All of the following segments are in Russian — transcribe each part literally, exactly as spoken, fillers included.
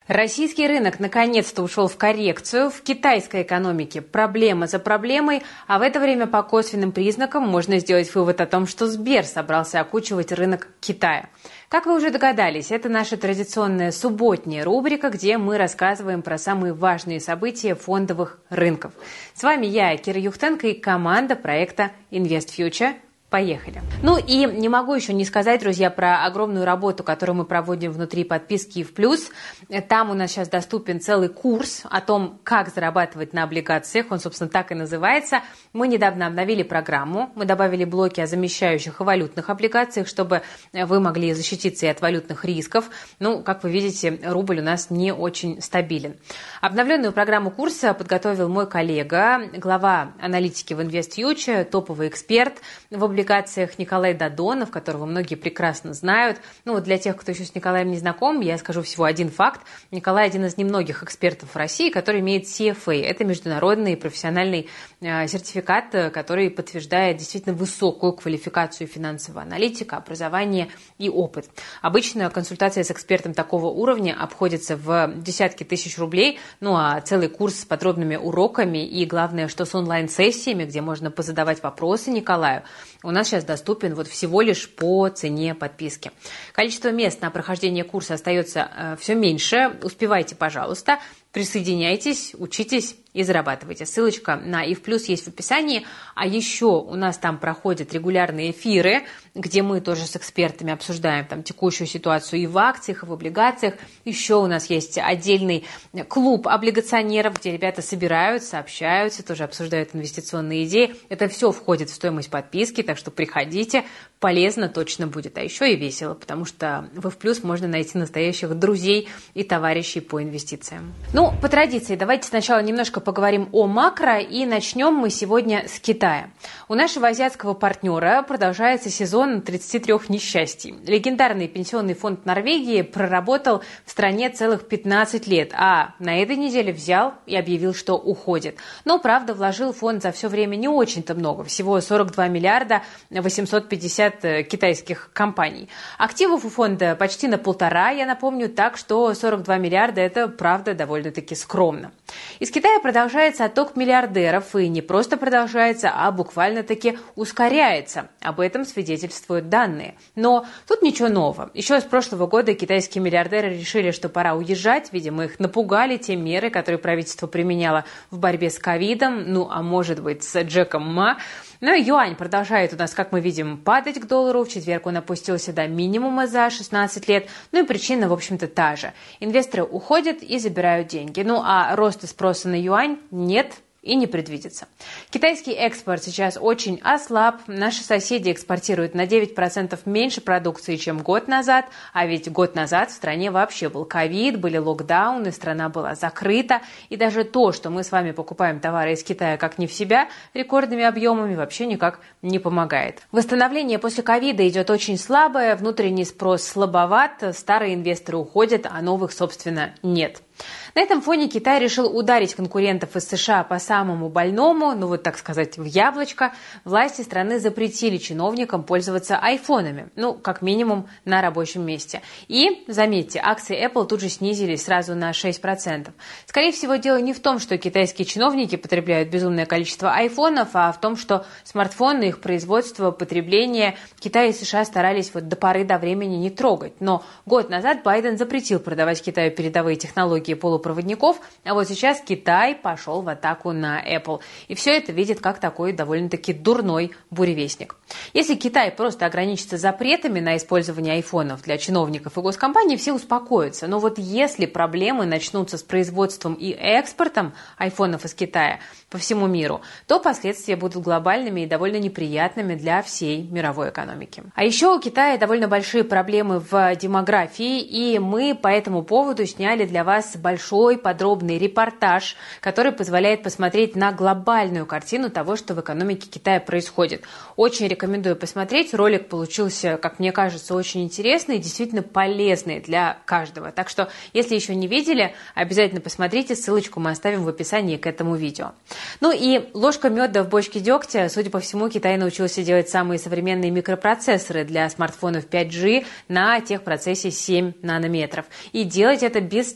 Российский рынок наконец-то ушел в коррекцию. В китайской экономике проблема за проблемой, а в это время по косвенным признакам можно сделать вывод о том, что Сбер собрался окучивать рынок Китая. Как вы уже догадались, это наша традиционная субботняя рубрика, где мы рассказываем про самые важные события фондовых рынков. С вами я, Кира Юхтенко, и команда проекта InvestFuture. Поехали. Ну и не могу еще не сказать, друзья, про огромную работу, которую мы проводим внутри подписки в плюс. Там у нас сейчас доступен целый курс о том, как зарабатывать на облигациях. Он, собственно, так и называется. Мы недавно обновили программу. Мы добавили блоки о замещающих и валютных облигациях, чтобы вы могли защититься и от валютных рисков. Ну, как вы видите, рубль у нас не очень стабилен. Обновленную программу курса подготовил мой коллега, глава аналитики в InvestFuture, топовый эксперт в облигациях. В облигациях Николай Додонов, которого многие прекрасно знают. Ну, для тех, кто еще с Николаем не знаком, я скажу всего один факт. Николай один из немногих экспертов в России, который имеет си эф эй. Это международный профессиональный э, сертификат, который подтверждает действительно высокую квалификацию финансового аналитика, образование и опыт. Обычно консультация с экспертом такого уровня обходится в десятки тысяч рублей, ну а целый курс с подробными уроками и, главное, что с онлайн-сессиями, где можно позадавать вопросы Николаю, у нас сейчас доступен вот всего лишь по цене подписки. Количество мест на прохождение курса остается э, все меньше. Успевайте, пожалуйста. Присоединяйтесь, учитесь и зарабатывайте. Ссылочка на ИФ Плюс есть в описании. А еще у нас там проходят регулярные эфиры, где мы тоже с экспертами обсуждаем там текущую ситуацию и в акциях, и в облигациях. Еще у нас есть отдельный клуб облигационеров, где ребята собираются, общаются, тоже обсуждают инвестиционные идеи. Это все входит в стоимость подписки, так что приходите, полезно точно будет. А еще и весело, потому что в ИФ Плюс можно найти настоящих друзей и товарищей по инвестициям. Ну, по традиции, давайте сначала немножко поговорим о макро, и начнем мы сегодня с Китая. У нашего азиатского партнера продолжается сезон тридцати трёх несчастий. Легендарный пенсионный фонд Норвегии проработал в стране целых пятнадцать лет, а на этой неделе взял и объявил, что уходит. Но, правда, вложил фонд за все время не очень-то много, всего сорок два миллиарда восемьсот пятьдесят китайских компаний. Активов у фонда почти на полтора, я напомню, так что сорок два миллиарда – это, правда, довольно таки скромно. Из Китая продолжается отток миллиардеров, и не просто продолжается, а буквально-таки ускоряется. Об этом свидетельствуют данные. Но тут ничего нового. Еще с прошлого года китайские миллиардеры решили, что пора уезжать. Видимо, их напугали те меры, которые правительство применяло в борьбе с ковидом, ну а может быть с Джеком Ма. Но юань продолжает у нас, как мы видим, падать к доллару. В четверг он опустился до минимума за шестнадцать лет. Ну и причина, в общем-то, та же. Инвесторы уходят и забирают деньги. Ну а роста спроса на юань нет и не предвидится. Китайский экспорт сейчас очень ослаб. Наши соседи экспортируют на девять процентов меньше продукции, чем год назад. А ведь год назад в стране вообще был ковид, были локдауны, страна была закрыта. И даже то, что мы с вами покупаем товары из Китая как не в себя, рекордными объемами вообще никак не помогает. Восстановление после ковида идет очень слабое, внутренний спрос слабоват, старые инвесторы уходят, а новых, собственно, нет. На этом фоне Китай решил ударить конкурентов из США по самому больному, ну вот так сказать, в яблочко. Власти страны запретили чиновникам пользоваться айфонами, ну, как минимум, на рабочем месте. И, заметьте, акции Apple тут же снизились сразу на шесть процентов. Скорее всего, дело не в том, что китайские чиновники потребляют безумное количество айфонов, а в том, что смартфоны, их производство, потребление Китай и США старались вот до поры до времени не трогать. Но год назад Байден запретил продавать Китаю передовые технологии полупроводников, а вот сейчас Китай пошел в атаку на Apple. И все это видит как такой довольно-таки дурной буревестник. Если Китай просто ограничится запретами на использование айфонов для чиновников и госкомпаний, все успокоятся. Но вот если проблемы начнутся с производством и экспортом айфонов из Китая по всему миру, то последствия будут глобальными и довольно неприятными для всей мировой экономики. А еще у Китая довольно большие проблемы в демографии, и мы по этому поводу сняли для вас большой подробный репортаж, который позволяет посмотреть на глобальную картину того, что в экономике Китая происходит. Очень рекомендую посмотреть. Ролик получился, как мне кажется, очень интересный и действительно полезный для каждого. Так что, если еще не видели, обязательно посмотрите. Ссылочку мы оставим в описании к этому видео. Ну и ложка меда в бочке дегтя. Судя по всему, Китай научился делать самые современные микропроцессоры для смартфонов пять джи на техпроцессе семь нанометров. И делать это без тех самых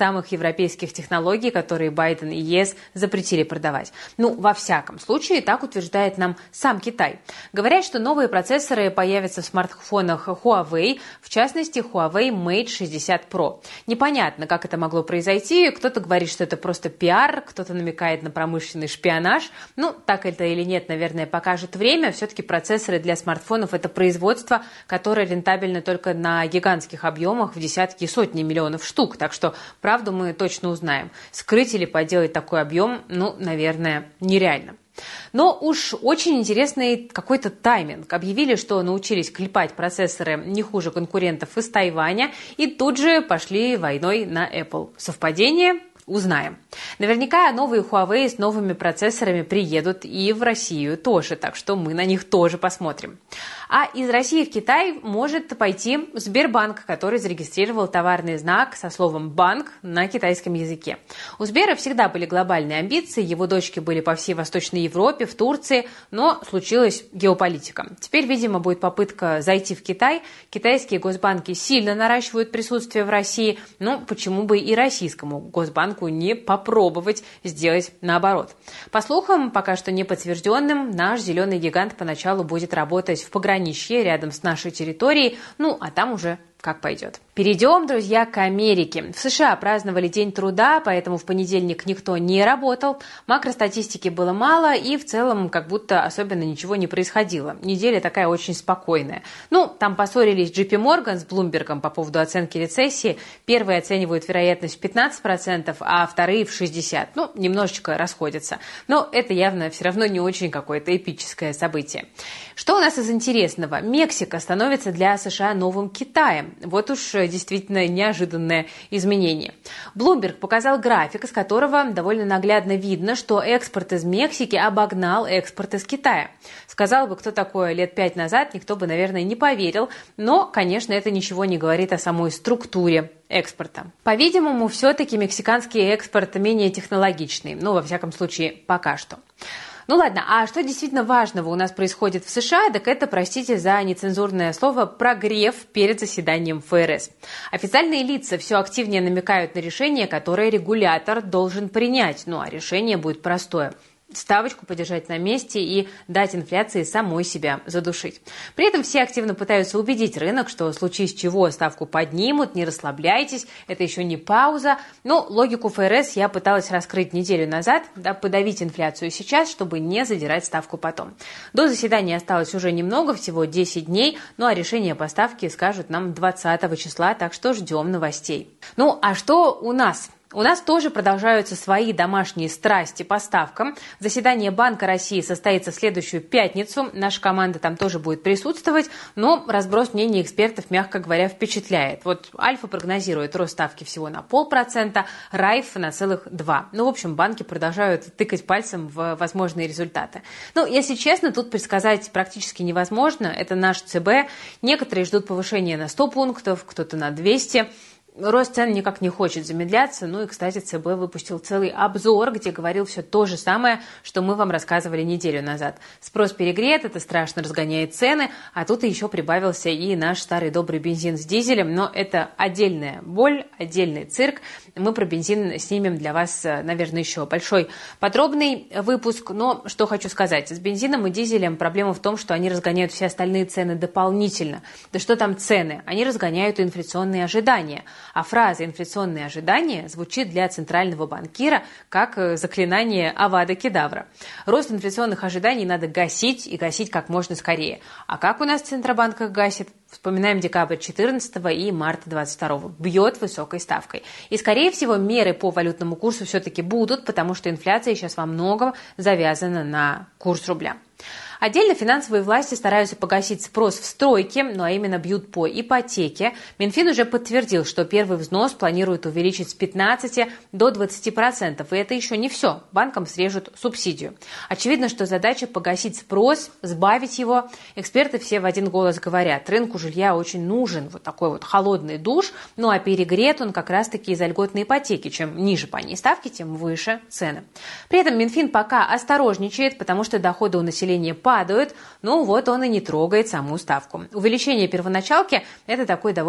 самых европейских технологий, которые Байден и ЕС запретили продавать. Ну, во всяком случае, так утверждает нам сам Китай. Говорят, что новые процессоры появятся в смартфонах Huawei, в частности, Huawei Mate шестьдесят Pro. Непонятно, как это могло произойти. Кто-то говорит, что это просто пиар, кто-то намекает на промышленный шпионаж. Ну, так это или нет, наверное, покажет время. Все-таки процессоры для смартфонов – это производство, которое рентабельно только на гигантских объемах в десятки и сотни миллионов штук. Так что правду мы точно узнаем. Скрыть или поделать такой объем, ну, наверное, нереально. Но уж очень интересный какой-то тайминг. Объявили, что научились клепать процессоры не хуже конкурентов из Тайваня, и тут же пошли войной на Apple. Совпадение? Узнаем. Наверняка новые Huawei с новыми процессорами приедут и в Россию тоже, так что мы на них тоже посмотрим. А из России в Китай может пойти Сбербанк, который зарегистрировал товарный знак со словом «банк» на китайском языке. У Сбера всегда были глобальные амбиции, его дочки были по всей Восточной Европе, в Турции, но случилась геополитика. Теперь, видимо, будет попытка зайти в Китай. Китайские госбанки сильно наращивают присутствие в России, ну почему бы и российскому госбанку не попробовать сделать наоборот. По слухам, пока что не подтвержденным, наш зеленый гигант поначалу будет работать в пограничье рядом с нашей территорией, ну а там уже как пойдет. Перейдем, друзья, к Америке. В США праздновали День труда, поэтому в понедельник никто не работал. Макростатистики было мало, и в целом как будто особенно ничего не происходило. Неделя такая очень спокойная. Ну, там поссорились джей пи Morgan с Bloomberg по поводу оценки рецессии. Первые оценивают вероятность в пятнадцать процентов, а вторые в шестьдесят процентов. Ну, немножечко расходятся. Но это явно все равно не очень какое-то эпическое событие. Что у нас из интересного? Мексика становится для США новым Китаем. Вот уж действительно неожиданное изменение. Bloomberg показал график, из которого довольно наглядно видно, что экспорт из Мексики обогнал экспорт из Китая. Сказал бы кто такое лет пять назад, никто бы, наверное, не поверил, но, конечно, это ничего не говорит о самой структуре экспорта. По-видимому, все-таки мексиканский экспорт менее технологичный, ну, во всяком случае, пока что. Ну ладно, а что действительно важного у нас происходит в США, так это, простите за нецензурное слово, прогрев перед заседанием эф эр эс. Официальные лица все активнее намекают на решение, которое регулятор должен принять, ну а решение будет простое. Ставочку подержать на месте и дать инфляции самой себя задушить. При этом все активно пытаются убедить рынок, что в случае чего ставку поднимут, не расслабляйтесь, это еще не пауза. Но логику эф эр эс я пыталась раскрыть неделю назад, да, подавить инфляцию сейчас, чтобы не задирать ставку потом. До заседания осталось уже немного, всего десять дней, ну а решение по ставке скажут нам двадцатого числа, так что ждем новостей. Ну а что у нас? У нас тоже продолжаются свои домашние страсти по ставкам. Заседание Банка России состоится в следующую пятницу. Наша команда там тоже будет присутствовать, но разброс мнений экспертов, мягко говоря, впечатляет. Вот Альфа прогнозирует рост ставки всего на полпроцента, Райф на целых два. Ну, в общем, банки продолжают тыкать пальцем в возможные результаты. Ну, если честно, тут предсказать практически невозможно. Это наш ЦБ. Некоторые ждут повышения на сто пунктов, кто-то на двести. Рост цен никак не хочет замедляться. Ну и, кстати, ЦБ выпустил целый обзор, где говорил все то же самое, что мы вам рассказывали неделю назад. Спрос перегрет, это страшно разгоняет цены, а тут еще прибавился и наш старый добрый бензин с дизелем. Но это отдельная боль, отдельный цирк. Мы про бензин снимем для вас, наверное, еще большой подробный выпуск. Но что хочу сказать. С бензином и дизелем проблема в том, что они разгоняют все остальные цены дополнительно. Да что там цены? Они разгоняют инфляционные ожидания. А фраза «инфляционные ожидания» звучит для центрального банкира как заклинание Авада Кедавра. Рост инфляционных ожиданий надо гасить и гасить как можно скорее. А как у нас в Центробанках гасит? Вспоминаем декабрь четырнадцатого и марта двадцать второго. Бьет высокой ставкой. И, скорее всего, меры по валютному курсу все-таки будут, потому что инфляция сейчас во многом завязана на курс рубля. Отдельно финансовые власти стараются погасить спрос в стройке, ну а именно бьют по ипотеке. Минфин уже подтвердил, что первый взнос планирует увеличить с пятнадцати до двадцати процентов. И это еще не все. Банкам срежут субсидию. Очевидно, что задача погасить спрос, сбавить его. Эксперты все в один голос говорят, рынку жилья очень нужен вот такой вот холодный душ, ну а перегрет он как раз-таки из-за льготной ипотеки. Чем ниже по ней ставки, тем выше цены. При этом Минфин пока осторожничает, потому что доходы у населения падают, ну вот он и не трогает саму ставку. Увеличение первоначалки – это такой довольно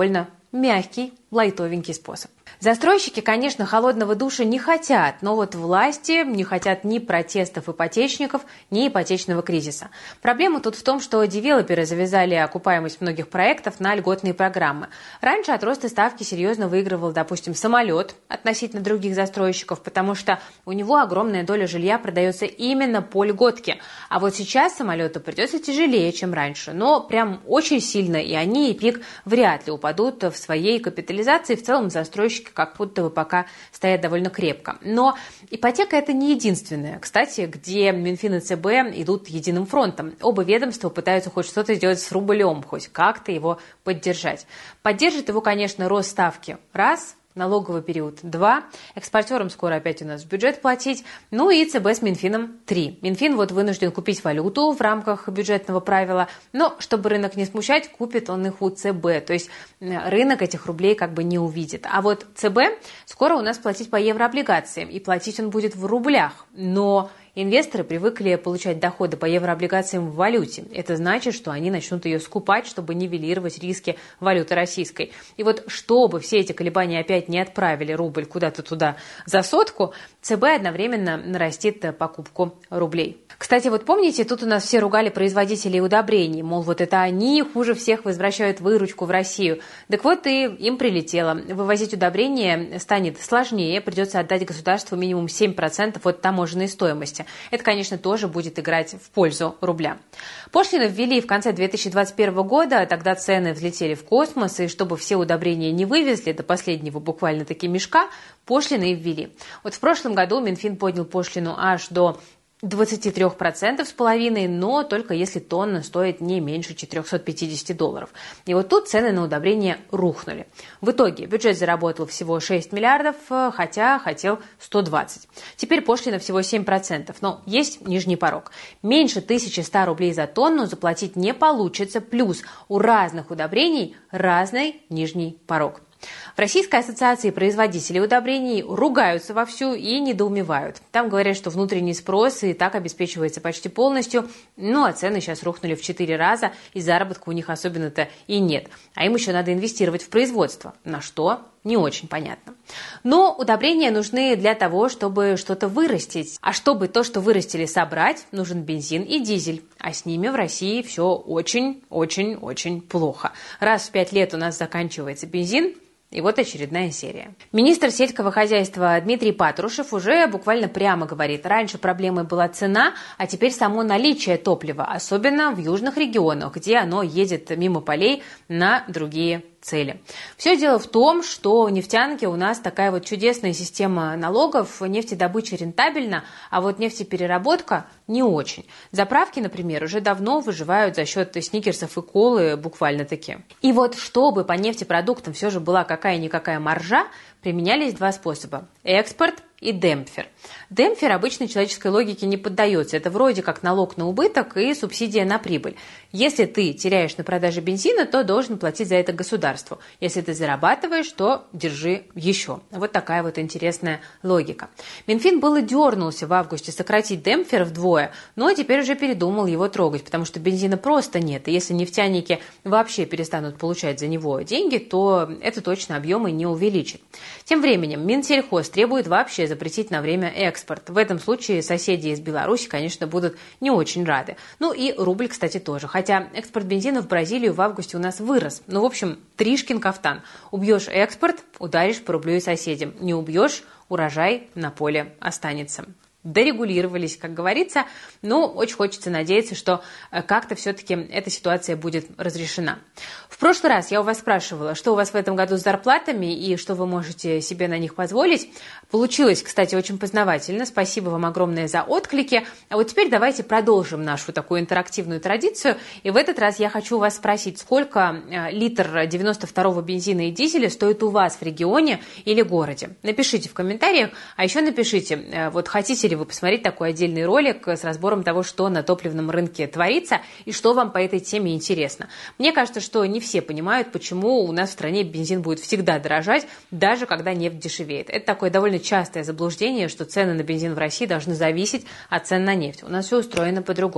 мягкий, лайтовенький способ. Застройщики, конечно, холодного душа не хотят, но вот власти не хотят ни протестов ипотечников, ни ипотечного кризиса. Проблема тут в том, что девелоперы завязали окупаемость многих проектов на льготные программы. Раньше от роста ставки серьезно выигрывал, допустим, самолет относительно других застройщиков, потому что у него огромная доля жилья продается именно по льготке. А вот сейчас самолету придется тяжелее, чем раньше, но прям очень сильно и они, и ПИК вряд ли упадут в своей капитализации. В целом застройщики как будто бы пока стоят довольно крепко. Но ипотека – это не единственное, кстати, где Минфин и ЦБ идут единым фронтом. Оба ведомства пытаются хоть что-то сделать с рублем, хоть как-то его поддержать. Поддержит его, конечно, рост ставки – раз – налоговый период – два. Экспортерам скоро опять у нас в бюджет платить. Ну и ЦБ с Минфином – три. Минфин вот вынужден купить валюту в рамках бюджетного правила, но чтобы рынок не смущать, купит он их у ЦБ. То есть рынок этих рублей как бы не увидит. А вот ЦБ скоро у нас платить по еврооблигациям, и платить он будет в рублях. Но инвесторы привыкли получать доходы по еврооблигациям в валюте. Это значит, что они начнут ее скупать, чтобы нивелировать риски валюты российской. И вот чтобы все эти колебания опять не отправили рубль куда-то туда за сотку, ЦБ одновременно нарастит покупку рублей. Кстати, вот помните, тут у нас все ругали производителей удобрений, мол, вот это они хуже всех возвращают выручку в Россию. Так вот и им прилетело. Вывозить удобрения станет сложнее, придется отдать государству минимум семь процентов от таможенной стоимости. Это, конечно, тоже будет играть в пользу рубля. Пошлины ввели в конце две тысячи двадцать первого года, тогда цены взлетели в космос, и чтобы все удобрения не вывезли до последнего буквально-таки мешка, пошлины и ввели. Вот в прошлом году Минфин поднял пошлину аж до двадцать три процента с половиной, но только если тонна стоит не меньше четыреста пятьдесят долларов. И вот тут цены на удобрения рухнули. В итоге бюджет заработал всего шесть миллиардов, хотя хотел сто двадцать. Теперь пошлина всего семь процентов, но есть нижний порог. Меньше тысячи ста рублей за тонну заплатить не получится, плюс у разных удобрений разный нижний порог. В Российской ассоциации производителей удобрений ругаются вовсю и недоумевают. Там говорят, что внутренний спрос и так обеспечивается почти полностью, ну а цены сейчас рухнули в четыре раза, и заработка у них особенно-то и нет. А им еще надо инвестировать в производство. На что? Не очень понятно. Но удобрения нужны для того, чтобы что-то вырастить. А чтобы то, что вырастили, собрать, нужен бензин и дизель. А с ними в России все очень-очень-очень плохо. Раз в пять лет у нас заканчивается бензин, и вот очередная серия. Министр сельского хозяйства Дмитрий Патрушев уже буквально прямо говорит, раньше проблемой была цена, а теперь само наличие топлива, особенно в южных регионах, где оно едет мимо полей на другие цели. Все дело в том, что в нефтянке у нас такая вот чудесная система налогов, нефтедобыча рентабельна, а вот нефтепереработка не очень. Заправки, например, уже давно выживают за счет сникерсов и колы буквально-таки. И вот чтобы по нефтепродуктам все же была какая-никакая маржа, применялись два способа – экспорт и демпфер. Демпфер обычной человеческой логике не поддается. Это вроде как налог на убыток и субсидия на прибыль. Если ты теряешь на продаже бензина, то должен платить за это государству. Если ты зарабатываешь, то держи еще. Вот такая вот интересная логика. Минфин было дернулся в августе сократить демпфер вдвое, но теперь уже передумал его трогать, потому что бензина просто нет. И если нефтяники вообще перестанут получать за него деньги, то это точно объемы не увеличит. Тем временем Минсельхоз требует вообще запретить на время экспорт. В этом случае соседи из Беларуси, конечно, будут не очень рады. Ну и рубль, кстати, тоже. Хотя экспорт бензина в Бразилию в августе у нас вырос. Ну, в общем, тришкин кафтан. Убьешь экспорт, ударишь по рублю и соседям. Не убьешь, урожай на поле останется. Дорегулировались, как говорится, но очень хочется надеяться, что как-то все-таки эта ситуация будет разрешена. В прошлый раз я у вас спрашивала, что у вас в этом году с зарплатами и что вы можете себе на них позволить. Получилось, кстати, очень познавательно. Спасибо вам огромное за отклики. А вот теперь давайте продолжим нашу такую интерактивную традицию. И в этот раз я хочу у вас спросить, сколько литр девяносто второго бензина и дизеля стоит у вас в регионе или городе? Напишите в комментариях, а еще напишите, вот хотите ли вы посмотреть такой отдельный ролик с разбором того, что на топливном рынке творится и что вам по этой теме интересно. Мне кажется, что не все понимают, почему у нас в стране бензин будет всегда дорожать, даже когда нефть дешевеет. Это такое довольно частое заблуждение, что цены на бензин в России должны зависеть от цен на нефть. У нас все устроено по-другому.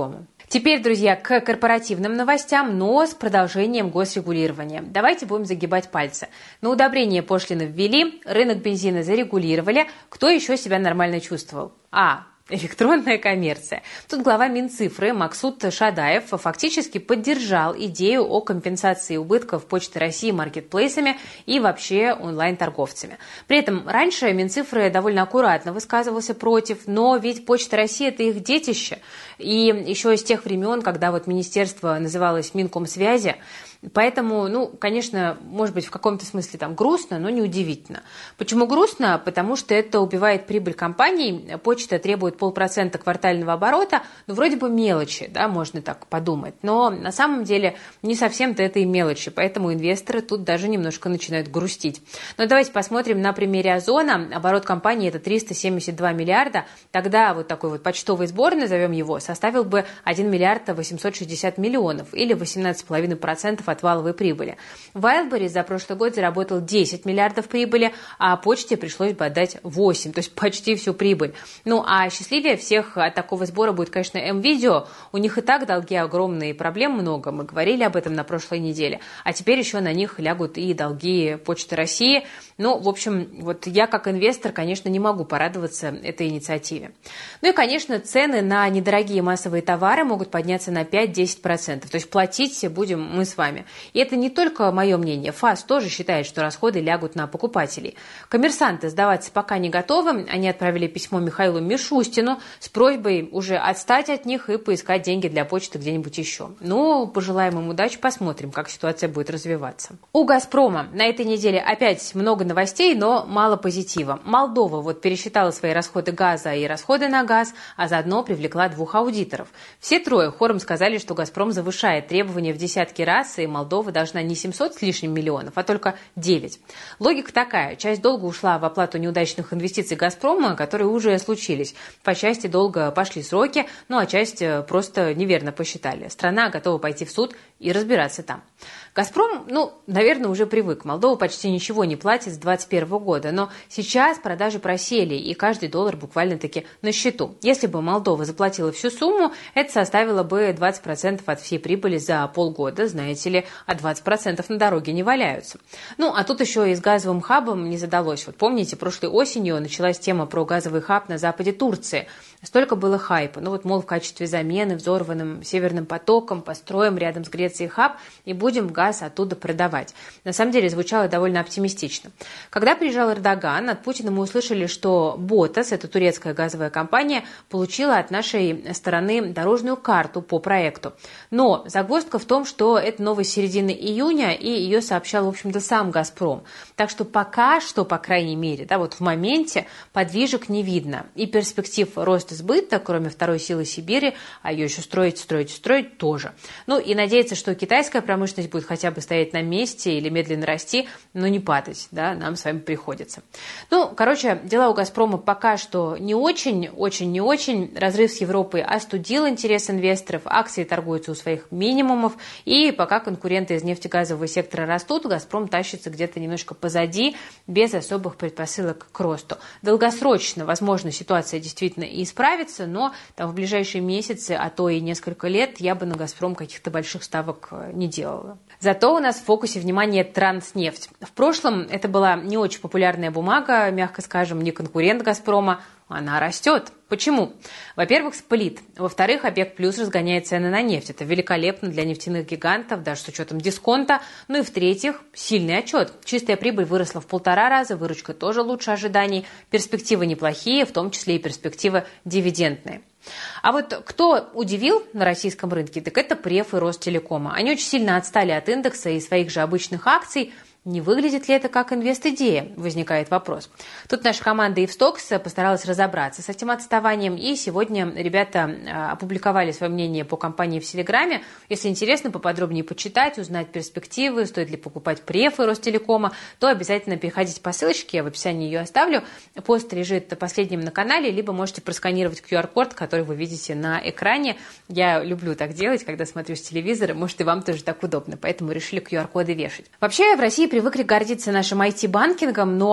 Теперь, друзья, к корпоративным новостям, но с продолжением госрегулирования. Давайте будем загибать пальцы. На удобрение пошлины ввели, рынок бензина зарегулировали. Кто еще себя нормально чувствовал? А. Электронная коммерция. Тут глава Минцифры Максут Шадаев фактически поддержал идею о компенсации убытков Почты России маркетплейсами и вообще онлайн-торговцами. При этом раньше Минцифры довольно аккуратно высказывался против, но ведь Почта России – это их детище. И еще из тех времен, когда вот министерство называлось Минкомсвязи. Поэтому, ну, конечно, может быть, в каком-то смысле там грустно, но не удивительно. Почему грустно? Потому что это убивает прибыль компаний. Почта требует полпроцента квартального оборота, ну, вроде бы мелочи, да, можно так подумать. Но на самом деле не совсем-то это и мелочи, поэтому инвесторы тут даже немножко начинают грустить. Но давайте посмотрим на примере Озона. Оборот компании это триста семьдесят два миллиарда. Тогда вот такой вот почтовый сбор, назовем его, составил бы один миллиард восемьсот шестьдесят миллионов или восемнадцать целых пять десятых процента от валовой прибыли. Wildberries за прошлый год заработал десять миллиардов прибыли, а почте пришлось бы отдать восемь, то есть почти всю прибыль. Ну а счастливее всех от такого сбора будет, конечно, М-Видео. У них и так долги огромные, проблем много, мы говорили об этом на прошлой неделе. А теперь еще на них лягут и долги Почты России. Ну, в общем, вот я как инвестор, конечно, не могу порадоваться этой инициативе. Ну и, конечно, цены на недорогие массовые товары могут подняться на пять-десять процентов. То есть платить будем мы с вами. И это не только мое мнение. ФАС тоже считает, что расходы лягут на покупателей. Коммерсанты сдаваться пока не готовы. Они отправили письмо Михаилу Мишустину с просьбой уже отстать от них и поискать деньги для почты где-нибудь еще. Ну, пожелаем им удачи, посмотрим, как ситуация будет развиваться. У «Газпрома» на этой неделе опять много новостей, но мало позитива. Молдова вот пересчитала свои расходы газа и расходы на газ, а заодно привлекла двух аудиторов. Все трое хором сказали, что «Газпром» завышает требования в десятки раз, и Молдова должна не семьсот с лишним миллионов, а только девять. Логика такая. Часть долга ушла в оплату неудачных инвестиций «Газпрома», которые уже случились. По части долга пошли сроки, ну а часть просто неверно посчитали. Страна готова пойти в суд и разбираться там. «Газпром», ну, наверное, уже привык. Молдова почти ничего не платит с двадцать первого года, но сейчас продажи просели, и каждый доллар буквально-таки на счету. Если бы Молдова заплатила всю сумму, это составило бы двадцать процентов от всей прибыли за полгода, знаете ли, а двадцать процентов на дороге не валяются. Ну, а тут еще и с газовым хабом не задалось. Вот помните, прошлой осенью началась тема про газовый хаб на западе Турции. Столько было хайпа. Ну вот, мол, в качестве замены взорванным Северным потоком построим рядом с Грецией хаб и будем газ оттуда продавать. На самом деле звучало довольно оптимистично. Когда приезжал Эрдоган, от Путина мы услышали, что Ботас, это турецкая газовая компания, получила от нашей стороны дорожную карту по проекту. Но загвоздка в том, что это новость середины июня, и ее сообщал, в общем-то, сам «Газпром». Так что пока что, по крайней мере, да, вот в моменте подвижек не видно. И перспектив роста сбыта, кроме второй силы Сибири, а ее еще строить, строить, строить тоже. Ну и надеяться, что китайская промышленность будет хотя бы стоять на месте или медленно расти, но не падать, да, нам с вами приходится. Ну, короче, дела у «Газпрома» пока что не очень, очень не очень. Разрыв с Европой остудил интерес инвесторов, акции торгуются у своих минимумов, и пока конкуренты из нефтегазового сектора растут, «Газпром» тащится где-то немножко позади, без особых предпосылок к росту. Долгосрочно, возможно, ситуация действительно и исправится, но там в ближайшие месяцы, а то и несколько лет, я бы на «Газпром» каких-то больших ставок не делала. Зато у нас в фокусе внимания Транснефть. В прошлом это была не очень популярная бумага, мягко скажем, не конкурент «Газпрома». Она растет. Почему? Во-первых, сплит. Во-вторых, ОПЕК плюс разгоняет цены на нефть. Это великолепно для нефтяных гигантов, даже с учетом дисконта. Ну и в-третьих, сильный отчет. Чистая прибыль выросла в полтора раза, выручка тоже лучше ожиданий. Перспективы неплохие, в том числе и перспективы дивидендные. А вот кто удивил на российском рынке, так это Преф и Ростелекома. Они очень сильно отстали от индекса и своих же обычных акций. Не выглядит ли это как инвест-идея? Возникает вопрос. Тут наша команда Ивстокс постаралась разобраться с этим отставанием, и сегодня ребята опубликовали свое мнение по компании в Телеграме. Если интересно поподробнее почитать, узнать перспективы, стоит ли покупать Преф и Ростелекома, то обязательно переходите по ссылочке, я в описании ее оставлю. Пост лежит последним на канале, либо можете просканировать ку ар-код, который вы видите на экране. Я люблю так делать, когда смотрю с телевизора, может и вам тоже так удобно, поэтому решили ку ар-коды вешать. Вообще в России привыкли гордиться нашим ай ти-банкингом, но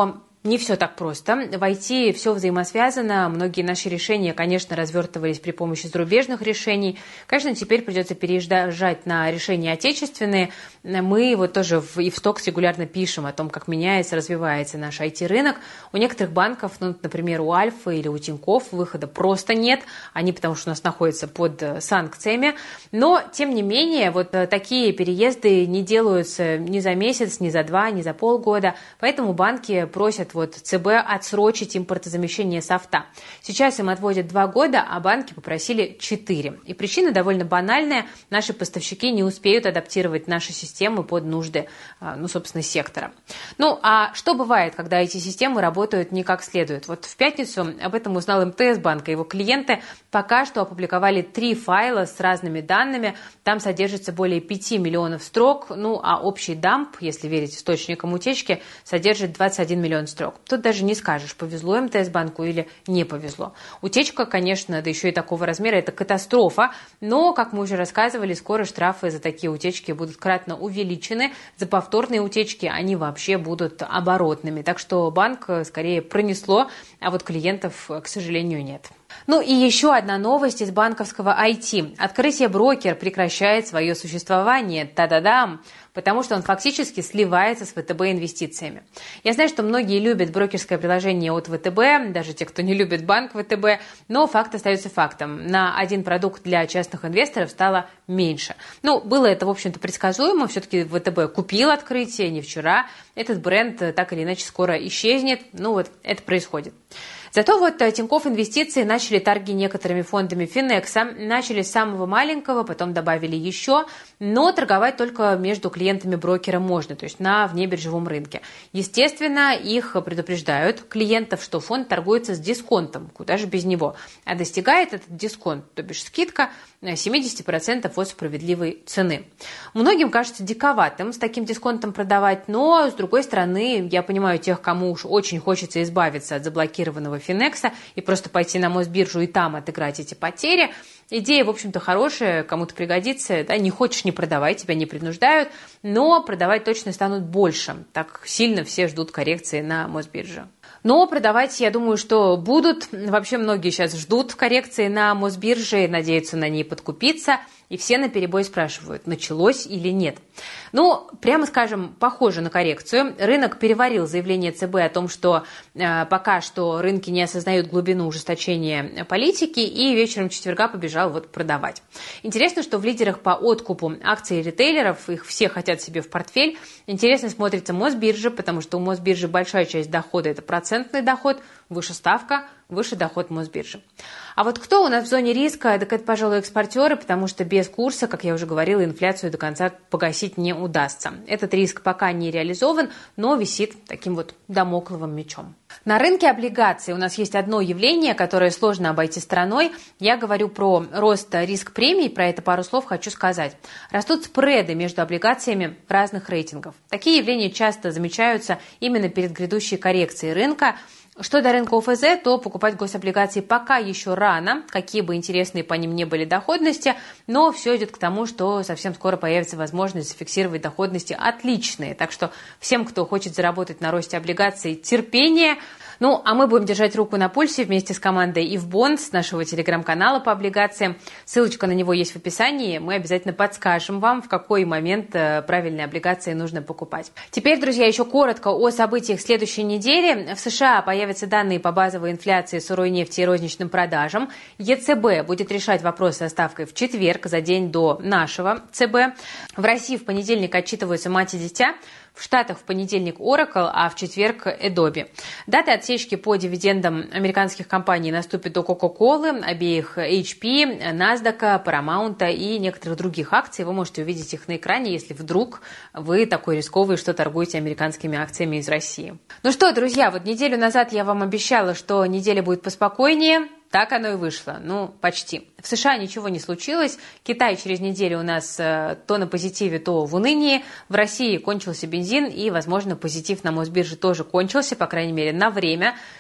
не все так просто. В ай ти все взаимосвязано. Многие наши решения, конечно, развертывались при помощи зарубежных решений. Конечно, теперь придется переезжать на решения отечественные. Мы вот тоже в ивстокс регулярно пишем о том, как меняется, развивается наш ай ти-рынок. У некоторых банков, ну, например, у Альфы или у Тинькофф, выхода просто нет. Они потому что у нас находятся под санкциями. Но, тем не менее, вот такие переезды не делаются ни за месяц, ни за два, ни за полгода. Поэтому банки просят вот ЦБ отсрочить импортозамещение софта. Сейчас им отводят два года, а банки попросили четыре. И причина довольно банальная. Наши поставщики не успеют адаптировать наши системы под нужды, ну, собственно, сектора. Ну, а что бывает, когда эти системы работают не как следует? Вот в пятницу об этом узнал эм тэ эс-банк, и его клиенты пока что опубликовали три файла с разными данными. Там содержится более пяти миллионов строк, ну, а общий дамп, если верить источникам утечки, содержит двадцать один миллион строк. Тут даже не скажешь, повезло эм тэ эс-банку или не повезло. Утечка, конечно, да еще и такого размера, это катастрофа, но, как мы уже рассказывали, скоро штрафы за такие утечки будут кратно увеличены. За повторные утечки они вообще будут оборотными. Так что банк скорее пронесло, а вот клиентов, к сожалению, нет. Ну и еще одна новость из банковского ай ти. Открытие брокер прекращает свое существование. Та-да-дам! Потому что он фактически сливается с вэ тэ бэ инвестициями. Я знаю, что многие любят брокерское приложение от вэ тэ бэ, даже те, кто не любит банк вэ тэ бэ, но факт остается фактом. На один продукт для частных инвесторов стало меньше. Ну, было это, в общем-то, предсказуемо. Все-таки вэ тэ бэ купил открытие не вчера. Этот бренд так или иначе скоро исчезнет. Ну вот, это происходит. Зато вот Тинькофф Инвестиции начали торги некоторыми фондами Финекса, начали с самого маленького, потом добавили еще, но торговать только между клиентами брокера можно, то есть на внебиржевом рынке. Естественно, их предупреждают клиентов, что фонд торгуется с дисконтом, куда же без него, а достигает этот дисконт, то бишь скидка, семьдесят процентов от справедливой цены. Многим кажется диковатым с таким дисконтом продавать, но, с другой стороны, я понимаю тех, кому уж очень хочется избавиться от заблокированного Финекса и просто пойти на Мосбиржу и там отыграть эти потери. Идея, в общем-то, хорошая, кому-то пригодится. Да, не хочешь — не продавай, тебя не принуждают, но продавать точно станут больше. Так сильно все ждут коррекции на Мосбирже. Но продавать, я думаю, что будут. Вообще многие сейчас ждут коррекции на Мосбирже, надеются на ней подкупиться. И все наперебой спрашивают, началось или нет. Ну, прямо скажем, похоже на коррекцию. Рынок переварил заявление ЦБ о том, что э, пока что рынки не осознают глубину ужесточения политики, и вечером четверга побежал вот продавать. Интересно, что в лидерах по откупу акций ритейлеров, их все хотят себе в портфель. Интересно смотрится Мосбиржа, потому что у Мосбиржи большая часть дохода – это процентный доход, выше ставка, выше доход Мосбиржи. А вот кто у нас в зоне риска? Так это, пожалуй, экспортеры, потому что без курса, как я уже говорила, инфляцию до конца погасить не удастся. Этот риск пока не реализован, но висит таким вот дамокловым мечом. На рынке облигаций у нас есть одно явление, которое сложно обойти стороной. Я говорю про рост риск премий, про это пару слов хочу сказать. Растут спреды между облигациями разных рейтингов. Такие явления часто замечаются именно перед грядущей коррекцией рынка. Что до рынка о эф зэ, то покупать гособлигации пока еще рано, какие бы интересные по ним не были доходности, но все идет к тому, что совсем скоро появится возможность зафиксировать доходности отличные. Так что всем, кто хочет заработать на росте облигаций, терпение. Ну, а мы будем держать руку на пульсе вместе с командой ИФБонд с нашего телеграм-канала по облигациям. Ссылочка на него есть в описании. Мы обязательно подскажем вам, в какой момент правильные облигации нужно покупать. Теперь, друзья, еще коротко о событиях следующей недели. В США появятся данные по базовой инфляции, сырой нефти и розничным продажам. е цэ бэ будет решать вопрос со ставкой в четверг, за день до нашего ЦБ. В России в понедельник отчитываются мать и дитя. В Штатах в понедельник Oracle, а в четверг Adobe. Даты отсечки по дивидендам американских компаний наступят у Coca-Cola, обеих эйч пи, NASDAQ, Paramount и некоторых других акций. Вы можете увидеть их на экране, если вдруг вы такой рисковый, что торгуете американскими акциями из России. Ну что, друзья, вот неделю назад я вам обещала, что неделя будет поспокойнее. Так оно и вышло. Ну, почти. В США ничего не случилось. Китай через неделю у нас э, то на позитиве, то в унынии. В России кончился бензин, и, возможно, позитив на Мосбирже тоже кончился, по крайней мере, на время.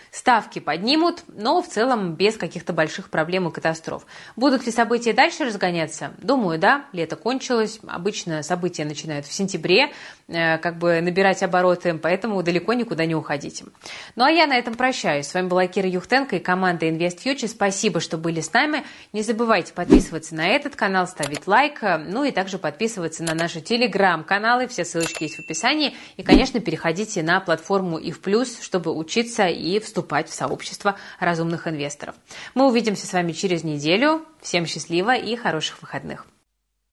Ставки поднимут, но в целом без каких-то больших проблем и катастроф. Будут ли события дальше разгоняться? Думаю, да. Лето кончилось. Обычно события начинают в сентябре, э, как бы набирать обороты, поэтому далеко никуда не уходите. Ну а я на этом прощаюсь. С вами была Кира Юхтенко и команда InvestFuture. Спасибо, что были с нами. Не забывайте подписываться на этот канал, ставить лайк, ну и также подписываться на наши телеграм-каналы. Все ссылочки есть в описании. И, конечно, переходите на платформу ИФ Плюс, чтобы учиться и вступать в сообщество разумных инвесторов. Мы увидимся с вами через неделю. Всем счастливо и хороших выходных.